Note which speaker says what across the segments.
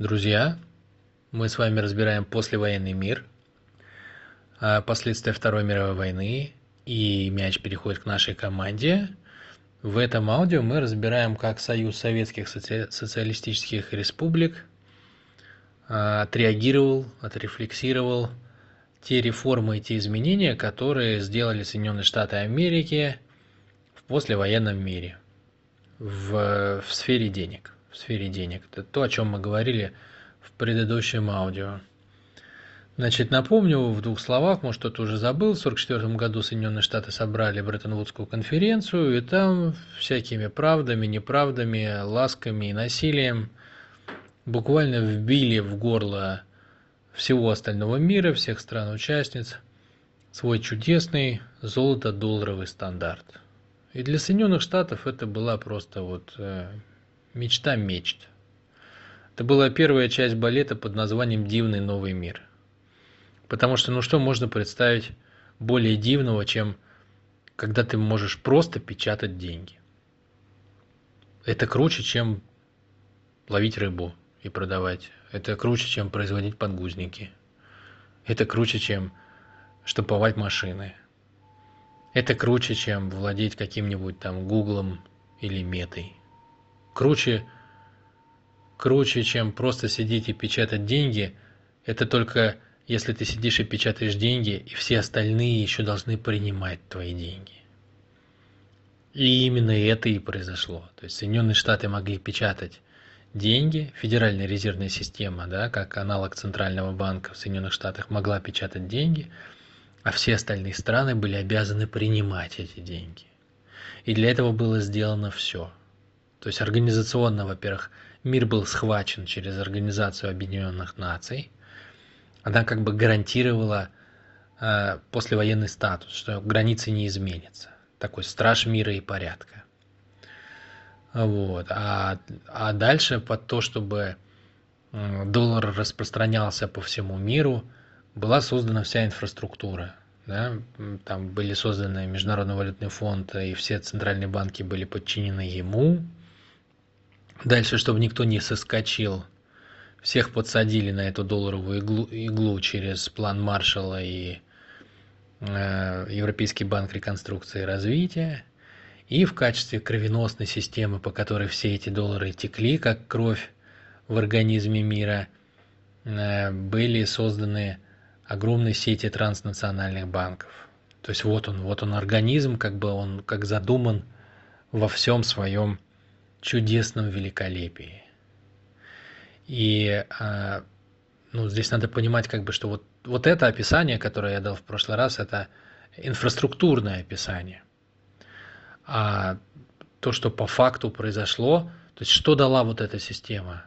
Speaker 1: Друзья, мы с вами разбираем послевоенный мир, последствия Второй мировой войны, и мяч переходит к нашей команде. В этом аудио мы разбираем, как Союз Советских Социалистических Республик отрефлексировал те реформы и те изменения, которые сделали Соединенные Штаты Америки в послевоенном мире, в сфере денег. Это то, о чем мы говорили в предыдущем аудио. Значит, напомню в двух словах, может, кто-то уже забыл, в 1944 году Соединенные Штаты собрали Бреттон-Вудскую конференцию, и там всякими правдами, неправдами, ласками и насилием буквально вбили в горло всего остального мира, всех стран-участниц, свой чудесный золото-долларовый стандарт. И для Соединенных Штатов это была просто мечта мечт. Это была первая часть балета под названием «Дивный новый мир». Потому что, что можно представить более дивного, чем когда ты можешь просто печатать деньги. Это круче, чем ловить рыбу и продавать. Это круче, чем производить подгузники. Это круче, чем штамповать машины. Это круче, чем владеть каким-нибудь там Гуглом или Метой. Круче, чем просто сидеть и печатать деньги, это только если ты сидишь и печатаешь деньги, и все остальные еще должны принимать твои деньги. И именно это и произошло. То есть Соединенные Штаты могли печатать деньги, Федеральная резервная система, да, как аналог Центрального банка в Соединенных Штатах, могла печатать деньги, а все остальные страны были обязаны принимать эти деньги. И для этого было сделано все. То есть организационно, во-первых, мир был схвачен через Организацию Объединенных Наций. Она как бы гарантировала послевоенный статус, что границы не изменятся. Такой страж мира и порядка. А дальше под то, чтобы доллар распространялся по всему миру, была создана вся инфраструктура. Да? Там были созданы Международный валютный фонд, и все центральные банки были подчинены ему. Дальше, чтобы никто не соскочил, всех подсадили на эту долларовую иглу через план Маршалла и Европейский банк реконструкции и развития. И в качестве кровеносной системы, по которой все эти доллары текли, как кровь в организме мира, были созданы огромные сети транснациональных банков. То есть вот он организм, как задуман во всем своем чудесном великолепии. И здесь надо понимать, что вот это описание, которое я дал в прошлый раз, это инфраструктурное описание. А то, что по факту произошло, то есть что дала вот эта система,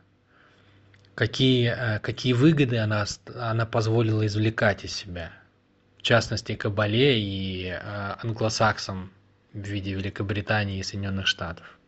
Speaker 1: какие выгоды она позволила извлекать из себя, в частности Кабале и англосаксам в виде Великобритании и Соединенных Штатов.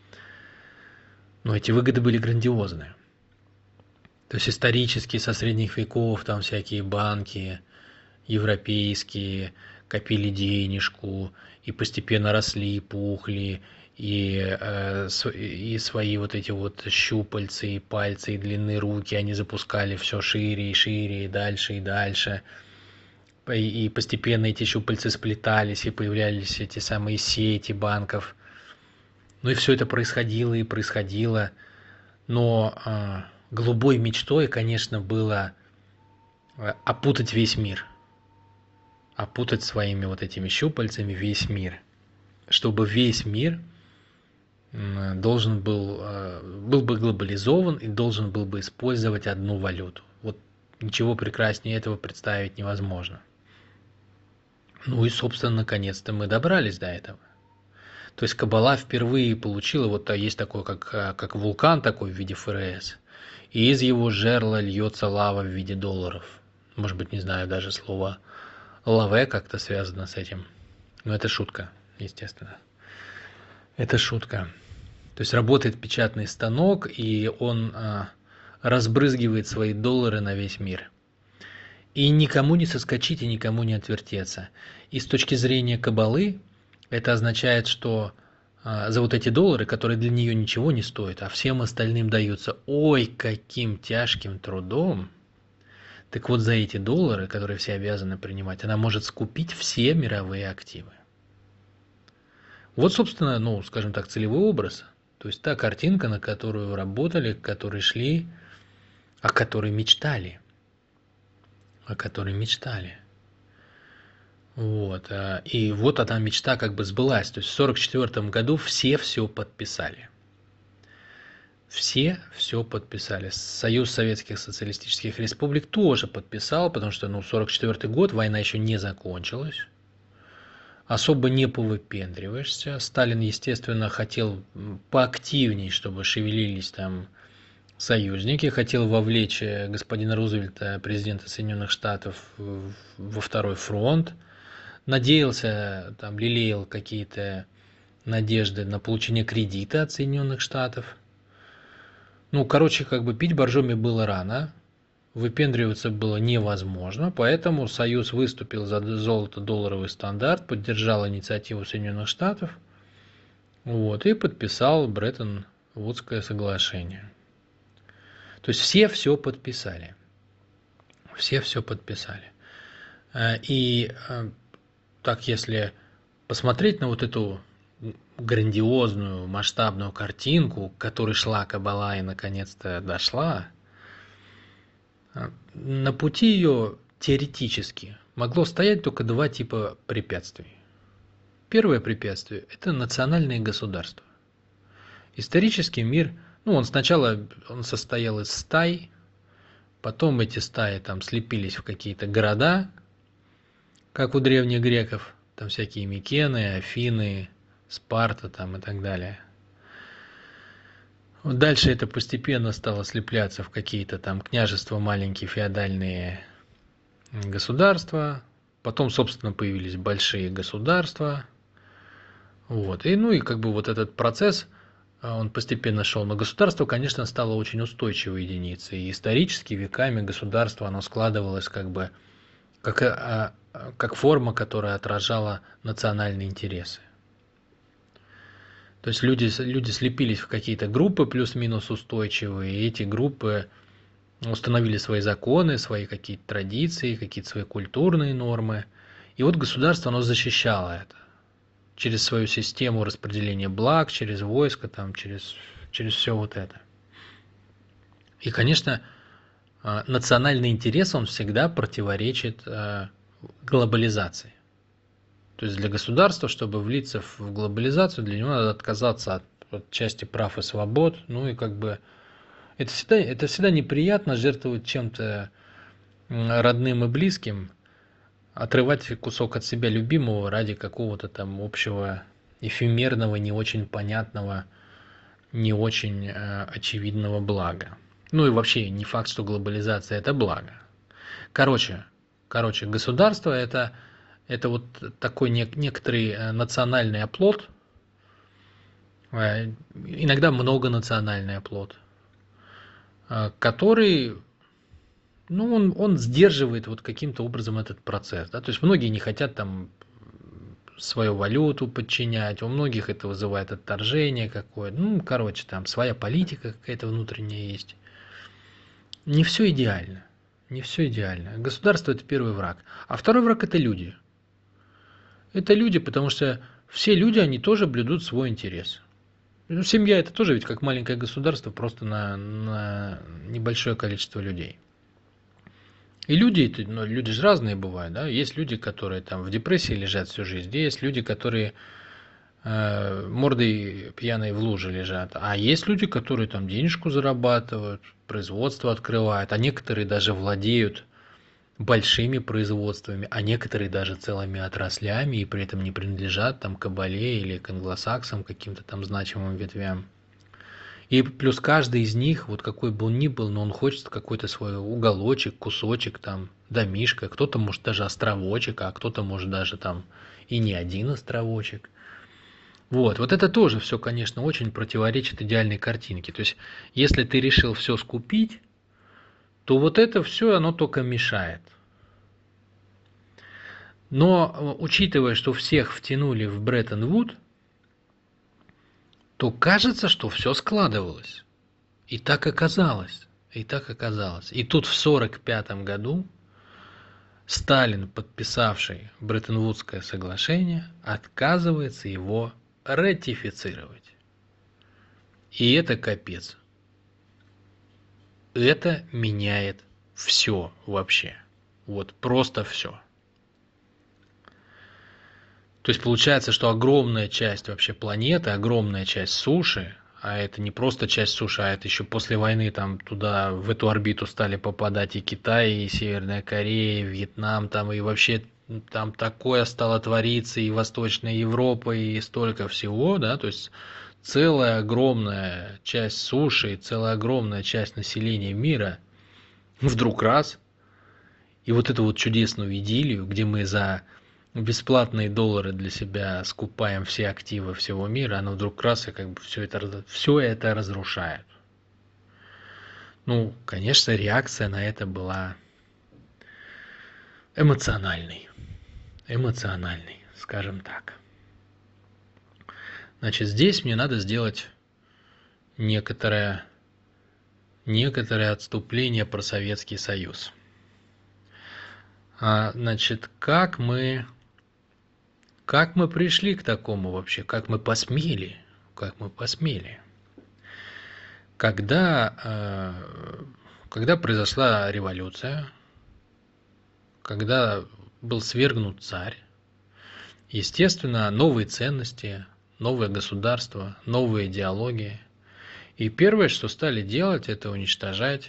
Speaker 1: Но эти выгоды были грандиозные. То есть исторически со средних веков там всякие банки европейские копили денежку и постепенно росли, пухли, и свои вот эти вот щупальцы, и пальцы, и длинные руки они запускали все шире и шире, и дальше, и дальше. И постепенно эти щупальцы сплетались, и появлялись эти самые сети банков. Ну и все это происходило и происходило. Но голубой мечтой, конечно, было опутать весь мир. Опутать своими вот этими щупальцами весь мир. Чтобы весь мир должен был бы глобализован и должен был бы использовать одну валюту. Вот ничего прекраснее этого представить невозможно. Ну и, собственно, наконец-то мы добрались до этого. То есть Кабала впервые получила, есть такой, как вулкан такой в виде ФРС, и из его жерла льется лава в виде долларов. Может быть, не знаю, даже слово «лаве» как-то связано с этим. Но это шутка, естественно. Это шутка. То есть работает печатный станок, и он разбрызгивает свои доллары на весь мир. И никому не соскочить, и никому не отвертеться. И с точки зрения Кабалы, это означает, что за вот эти доллары, которые для нее ничего не стоят, а всем остальным даются ой каким тяжким трудом. Так вот, за эти доллары, которые все обязаны принимать, она может скупить все мировые активы. Вот, собственно, ну, скажем так, целевой образ. То есть та картинка, на которую работали, к которой шли, о которой мечтали. О которой мечтали. Вот. И вот одна мечта как бы сбылась. То есть в 1944 году все подписали. Все подписали. Союз Советских Социалистических Республик тоже подписал, потому что, ну, 1944 год, война еще не закончилась. Особо не повыпендриваешься. Сталин, естественно, хотел поактивнее, чтобы шевелились там союзники, хотел вовлечь господина Рузвельта, президента Соединенных Штатов, во второй фронт. Надеялся, там, лелеял какие-то надежды на получение кредита от Соединенных Штатов. Ну, короче, как бы пить боржоми было рано, выпендриваться было невозможно, поэтому Союз выступил за золото-долларовый стандарт, поддержал инициативу Соединенных Штатов, вот, и подписал Бреттон-Вудское соглашение. То есть все подписали. Все подписали. И так, если посмотреть на вот эту грандиозную масштабную картинку, к которой шла кабала и наконец-то дошла, на пути ее теоретически могло стоять только два типа препятствий. Первое препятствие – это национальные государства. Исторический мир, ну, он состоял из стай, потом эти стаи там слепились в какие-то города, как у древних греков, там всякие Микены, Афины, Спарта там и так далее. Дальше это постепенно стало слепляться в какие-то там княжества, маленькие феодальные государства. Потом, собственно, появились большие государства. Вот. И, ну и как бы вот этот процесс, он постепенно шел. Но государство, конечно, стало очень устойчивой единицей. И исторически веками государство, оно складывалось как бы как форма, которая отражала национальные интересы. То есть люди слепились в какие-то группы плюс-минус устойчивые, и эти группы установили свои законы, свои какие-то традиции, какие-то свои культурные нормы. И вот государство, оно защищало это через свою систему распределения благ, через войско, там, через все вот это. И, конечно, национальный интерес, он всегда противоречит глобализации. То есть для государства, чтобы влиться в глобализацию, для него надо отказаться от части прав и свобод. Ну и как бы это всегда неприятно жертвовать чем-то родным и близким, отрывать кусок от себя любимого ради какого-то там общего эфемерного, не очень понятного, не очень очевидного блага. Ну и вообще не факт, что глобализация это благо. Короче, государство это вот такой некоторый национальный оплот, иногда многонациональный оплот, который, ну, он сдерживает вот каким-то образом этот процесс. Да? То есть многие не хотят там свою валюту подчинять, у многих это вызывает отторжение какое-то. Ну, короче, там своя политика какая-то внутренняя есть. Не все идеально. Не все идеально. Государство – это первый враг. А второй враг – это люди. Это люди, потому что все люди, они тоже блюдут свой интерес. Ну, семья – это тоже ведь как маленькое государство, просто на небольшое количество людей. И люди, ну, люди же разные бывают, да. Есть люди, которые там в депрессии лежат всю жизнь, есть люди, которые мордой пьяной в луже лежат, а есть люди, которые там денежку зарабатывают, производство открывают, а некоторые даже владеют большими производствами, а некоторые даже целыми отраслями и при этом не принадлежат там к кабале или к англосаксам, каким-то там значимым ветвям. И плюс каждый из них, вот какой бы он ни был, но он хочет какой-то свой уголочек, кусочек, там, домишко, кто-то может даже островочек, а кто-то может даже там и не один островочек. Вот это тоже все, конечно, очень противоречит идеальной картинке. То есть, если ты решил все скупить, то вот это все, оно только мешает. Но, учитывая, что всех втянули в Бреттон-Вуд, то кажется, что все складывалось. И так оказалось. И так оказалось. И тут в 1945 году Сталин, подписавший Бреттон-Вудское соглашение, отказывается его ратифицировать. И это капец. Это меняет все вообще. Вот просто все. То есть получается, что огромная часть вообще планеты, огромная часть суши, а это не просто часть суши, а это еще после войны там туда, в эту орбиту стали попадать и Китай, и Северная Корея, и Вьетнам, там и вообще там такое стало твориться, и Восточная Европа, и столько всего, да, то есть целая огромная часть суши, и целая огромная часть населения мира вдруг раз, и вот эту вот чудесную идиллию, где мы за бесплатные доллары для себя скупаем все активы всего мира, оно вдруг раз и как бы все это разрушает. Ну, конечно, реакция на это была эмоциональной. Эмоциональной, скажем так. Значит, здесь мне надо сделать некоторое отступление про Советский Союз. Значит, как мы пришли к такому вообще? Как мы посмели? Когда произошла революция, когда был свергнут царь, естественно, новые ценности, новое государство, новые идеологии. И первое, что стали делать, это уничтожать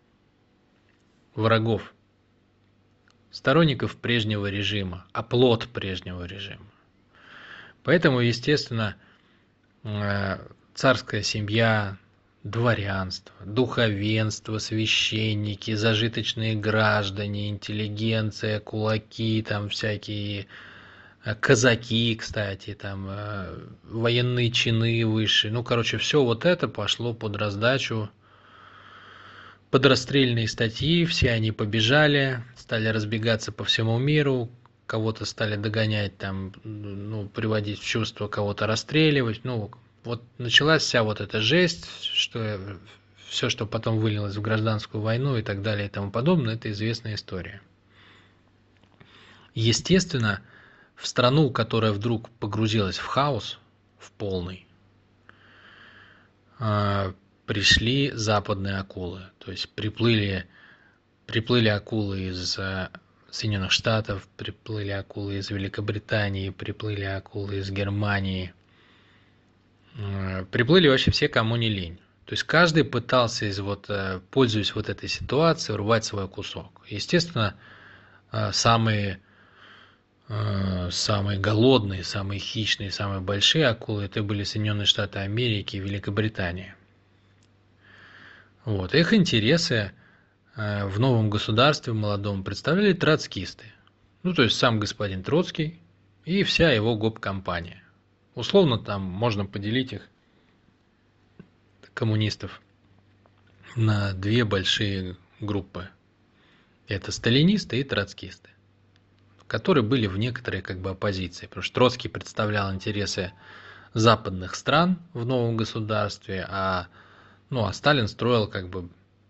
Speaker 1: врагов, сторонников прежнего режима, оплот прежнего режима. Поэтому, естественно, царская семья, дворянство, духовенство, священники, зажиточные граждане, интеллигенция, кулаки, там всякие казаки, кстати, там военные чины высшие. Ну, короче, все вот это пошло под раздачу, под расстрельные статьи, все они побежали, стали разбегаться по всему миру, кого-то стали догонять, там, ну, приводить в чувство, кого-то расстреливать. Ну, вот началась вся вот эта жесть, что все, что потом вылилось в гражданскую войну и так далее и тому подобное, это известная история. Естественно, в страну, которая вдруг погрузилась в хаос, в полный, пришли западные акулы. То есть приплыли акулы из Соединенных Штатов, приплыли акулы из Великобритании, приплыли акулы из Германии. Приплыли вообще все, кому не лень. То есть каждый пытался, пользуясь вот этой ситуацией, урвать свой кусок. Естественно, самые голодные, самые хищные, самые большие акулы это были Соединенные Штаты Америки и Великобритания. Вот. Их интересы в новом государстве молодом представляли троцкисты. Ну, то есть сам господин Троцкий и вся его гоп-компания. Условно там можно поделить их, коммунистов, на две большие группы. Это сталинисты и троцкисты, которые были в некоторой как бы оппозиции. Потому что Троцкий представлял интересы западных стран в новом государстве, а Сталин строил как бы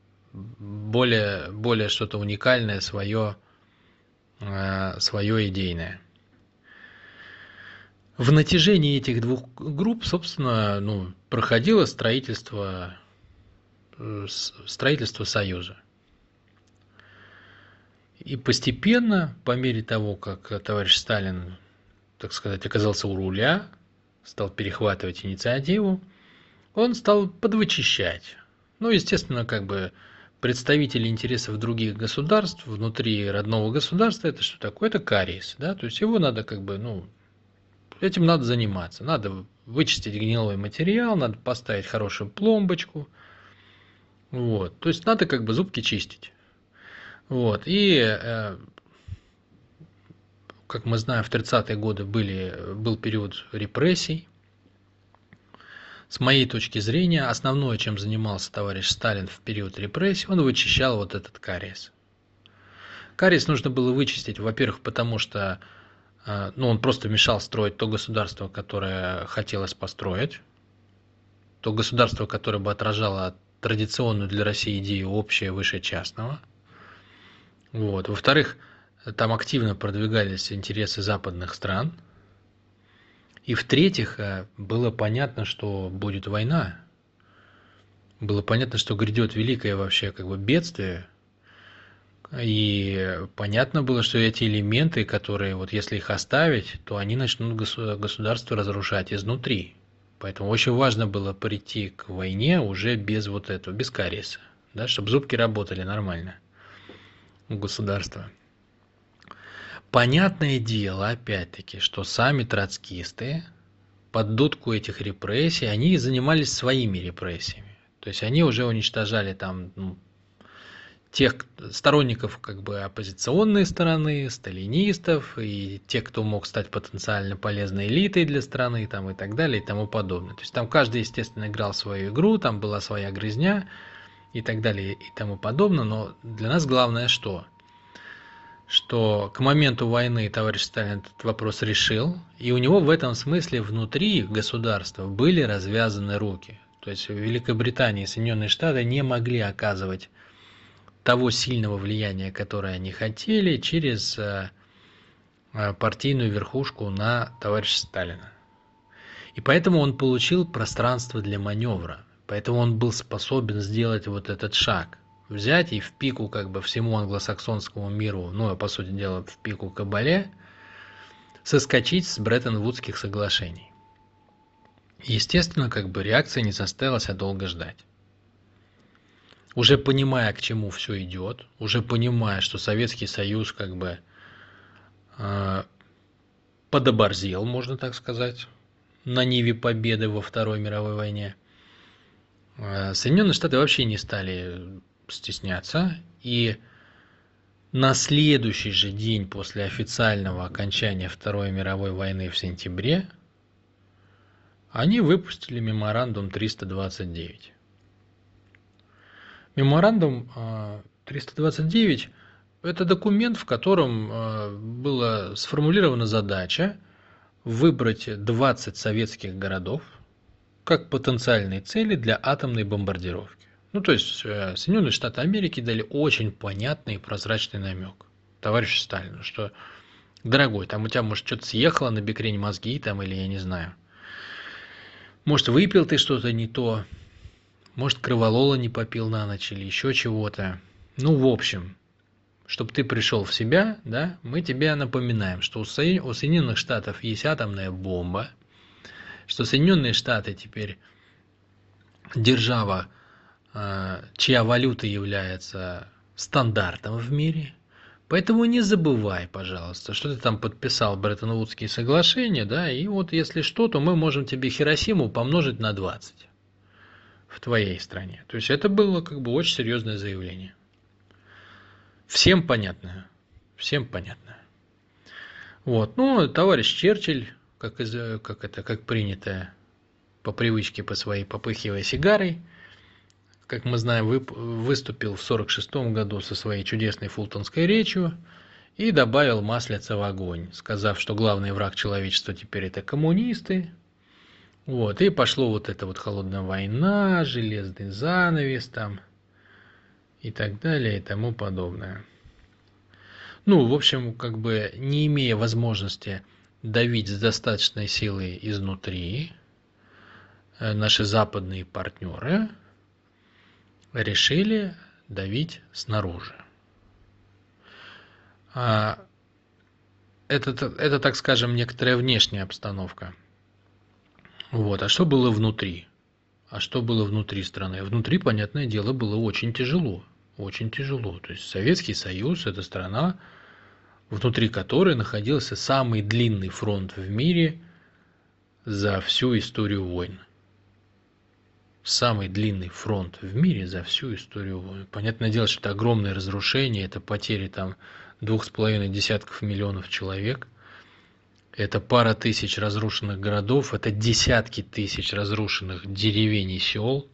Speaker 1: более что-то уникальное, свое идейное. В натяжении этих двух групп, собственно, проходило строительство Союза. И постепенно, по мере того, как товарищ Сталин, так сказать, оказался у руля, стал перехватывать инициативу, он стал подвычищать. Ну, естественно, как бы представители интересов других государств внутри родного государства, это что такое? Это кариес, да, то есть его надо как бы, этим надо заниматься. Надо вычистить гнилой материал, надо поставить хорошую пломбочку. Вот. То есть надо как бы зубки чистить. Вот. И, как мы знаем, в 30-е годы был период репрессий. С моей точки зрения, основное, чем занимался товарищ Сталин в период репрессий, он вычищал вот этот кариес. Кариес нужно было вычистить, во-первых, потому что он просто мешал строить то государство, которое хотелось построить. то государство, которое бы отражало традиционную для России идею общее выше частного. Вот. Во-вторых, там активно продвигались интересы западных стран. И в-третьих, было понятно, что будет война. Было понятно, что грядет великое вообще как бы бедствие. И понятно было, что эти элементы, которые вот если их оставить, то они начнут государство разрушать изнутри. Поэтому очень важно было прийти к войне уже без вот этого, без кариеса, да, чтобы зубки работали нормально у государства. Понятное дело, опять-таки, что сами троцкисты под дудку этих репрессий, они занимались своими репрессиями. То есть они уже уничтожали там тех сторонников как бы оппозиционной стороны, сталинистов и тех, кто мог стать потенциально полезной элитой для страны там, и так далее и тому подобное. То есть там каждый, естественно, играл свою игру, там была своя грызня и так далее и тому подобное. Но для нас главное что? Что к моменту войны товарищ Сталин этот вопрос решил, и у него в этом смысле внутри государства были развязаны руки. То есть Великобритания и Соединенные Штаты не могли оказывать того сильного влияния, которое они хотели, через партийную верхушку на товарища Сталина. И поэтому он получил пространство для маневра. Поэтому он был способен сделать вот этот шаг. Взять и в пику как бы всему англосаксонскому миру, ну, а по сути дела в пику Кабале, соскочить с Бреттон-Вудских соглашений. Естественно, как бы реакция не заставила себя долго ждать. Уже понимая, к чему все идет, уже понимая, что Советский Союз как бы подоборзел, можно так сказать, на ниве победы во Второй мировой войне, Соединенные Штаты вообще не стали стесняться, и на следующий же день после официального окончания Второй мировой войны в сентябре они выпустили меморандум 329. Меморандум 329 – это документ, в котором была сформулирована задача выбрать 20 советских городов как потенциальные цели для атомной бомбардировки. Ну, то есть Соединенные Штаты Америки дали очень понятный и прозрачный намек товарищу Сталину, что, дорогой, там у тебя, может, что-то съехало на бекрень мозги, там, или я не знаю. Может, выпил ты что-то не то, может, кроволола не попил на ночь или еще чего-то. Ну, в общем, чтобы ты пришел в себя, да, мы тебе напоминаем, что у Соединенных Штатов есть атомная бомба, что Соединенные Штаты теперь держава, чья валюта является стандартом в мире. Поэтому не забывай, пожалуйста, что ты там подписал Бреттон-Вудские соглашения, да, и вот если что, то мы можем тебе Хиросиму помножить на 20 в твоей стране. То есть это было как бы очень серьезное заявление. Всем понятно. Всем понятно. Вот. Ну, товарищ Черчилль, как принято по привычке по своей, попыхивая сигарой, как мы знаем, выступил в 1946 году со своей чудесной фултонской речью и добавил маслица в огонь, сказав, что главный враг человечества теперь это коммунисты. Вот, и пошло вот эта вот холодная война, железный занавес там и так далее и тому подобное. Ну, в общем, как бы не имея возможности давить с достаточной силой изнутри, наши западные партнеры решили давить снаружи. Это, так скажем, некоторая внешняя обстановка. Вот. А что было внутри? А что было внутри страны? Внутри, понятное дело, было очень тяжело. Очень тяжело. То есть Советский Союз – это страна, внутри которой находился самый длинный фронт в мире за всю историю войн. Самый длинный фронт в мире за всю историю войн. Понятное дело, что это огромное разрушение, это потери там 2,5 миллионов человек. Это пара тысяч разрушенных городов, это десятки тысяч разрушенных деревень и сел.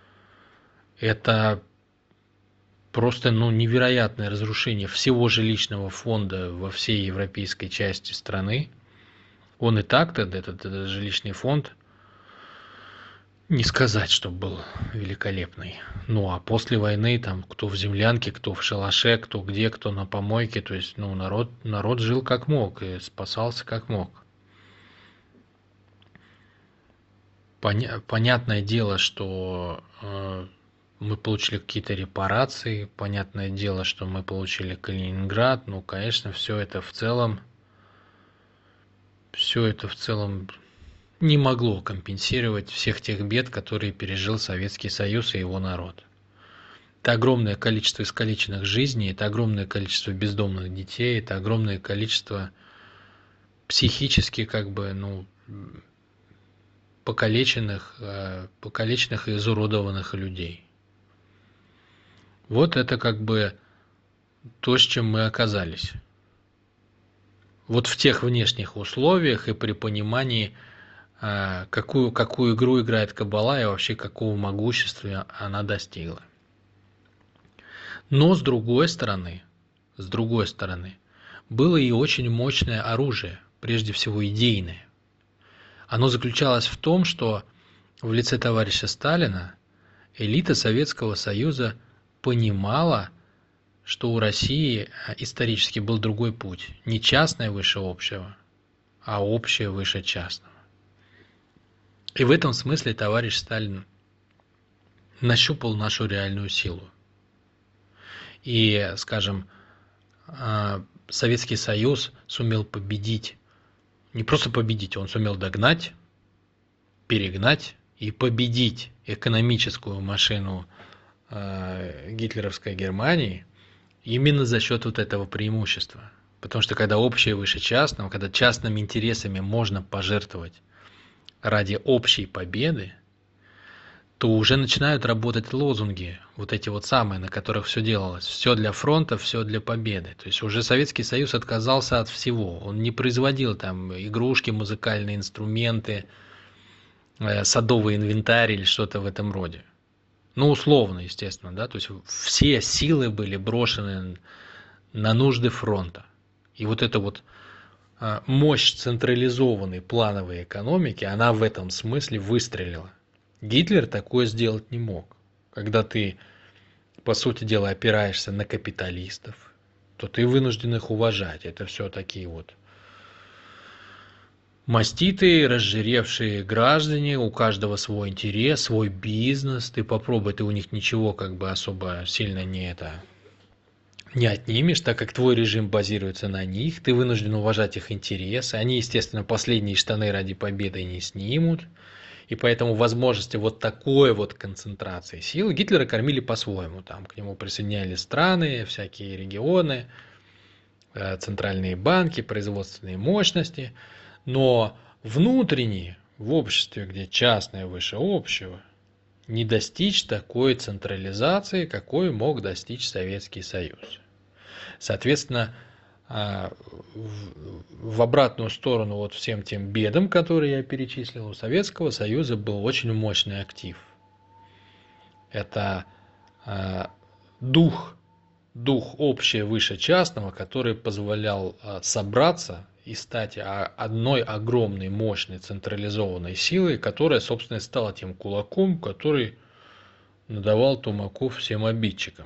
Speaker 1: Это просто невероятное разрушение всего жилищного фонда во всей европейской части страны. Он и так-то, этот жилищный фонд, Не сказать, что был великолепный. Ну, а после войны там кто в землянке, кто в шалаше, кто где, кто на помойке. То есть, ну, народ жил как мог и спасался как мог. Понятное дело, что мы получили какие-то репарации, понятное дело, что мы получили Калининград. Ну, конечно, все это в целом не могло компенсировать всех тех бед, которые пережил Советский Союз и его народ. Это огромное количество искалеченных жизней, это огромное количество бездомных детей, это огромное количество психически покалеченных и изуродованных людей. Вот это то, с чем мы оказались. Вот в тех внешних условиях и при понимании, какую игру играет кабала и вообще какого могущества она достигла. Но с другой стороны, было и очень мощное оружие, прежде всего идейное. Оно заключалось в том, что в лице товарища Сталина элита Советского Союза понимала, что у России исторически был другой путь. Не частное выше общего, а общее выше частного. И в этом смысле товарищ Сталин нащупал нашу реальную силу. И, скажем, Советский Союз сумел победить, не просто победить, он сумел догнать, перегнать и победить экономическую машину гитлеровской Германии именно за счет вот этого преимущества. Потому что когда общее выше частного, когда частными интересами можно пожертвовать ради общей победы, то уже начинают работать лозунги, вот эти вот самые, на которых все делалось. Все для фронта, все для победы. То есть уже Советский Союз отказался от всего. Он не производил там игрушки, музыкальные инструменты, садовый инвентарь или что-то в этом роде. Ну, условно, естественно, да. То есть все силы были брошены на нужды фронта. И вот эта вот мощь централизованной плановой экономики, она в этом смысле выстрелила. Гитлер такое сделать не мог. Когда ты, по сути дела, опираешься на капиталистов, то ты вынужден их уважать. Это все такие вот маститые, разжиревшие граждане, у каждого свой интерес, свой бизнес. Ты попробуй, ты у них ничего особо сильно не отнимешь, так как твой режим базируется на них, ты вынужден уважать их интересы. Они, естественно, последние штаны ради победы не снимут. И поэтому возможности вот такой вот концентрации сил Гитлера кормили по-своему. Там к нему присоединялись страны, всякие регионы, центральные банки, производственные мощности. Но внутренне, в обществе, где частное выше общего, не достичь такой централизации, какой мог достичь Советский Союз. Соответственно, в обратную сторону вот всем тем бедам, которые я перечислил, у Советского Союза был очень мощный актив. Это дух общее выше частного, который позволял собраться и стать одной огромной, мощной, централизованной силой, которая, собственно, стала тем кулаком, который надавал тумаков всем обидчикам.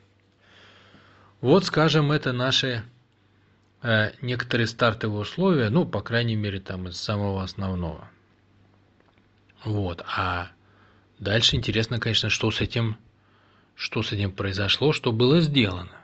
Speaker 1: Вот, скажем, это наши некоторые стартовые условия, ну, по крайней мере, там из самого основного. Вот. А дальше интересно, конечно, что с этим произошло, что было сделано.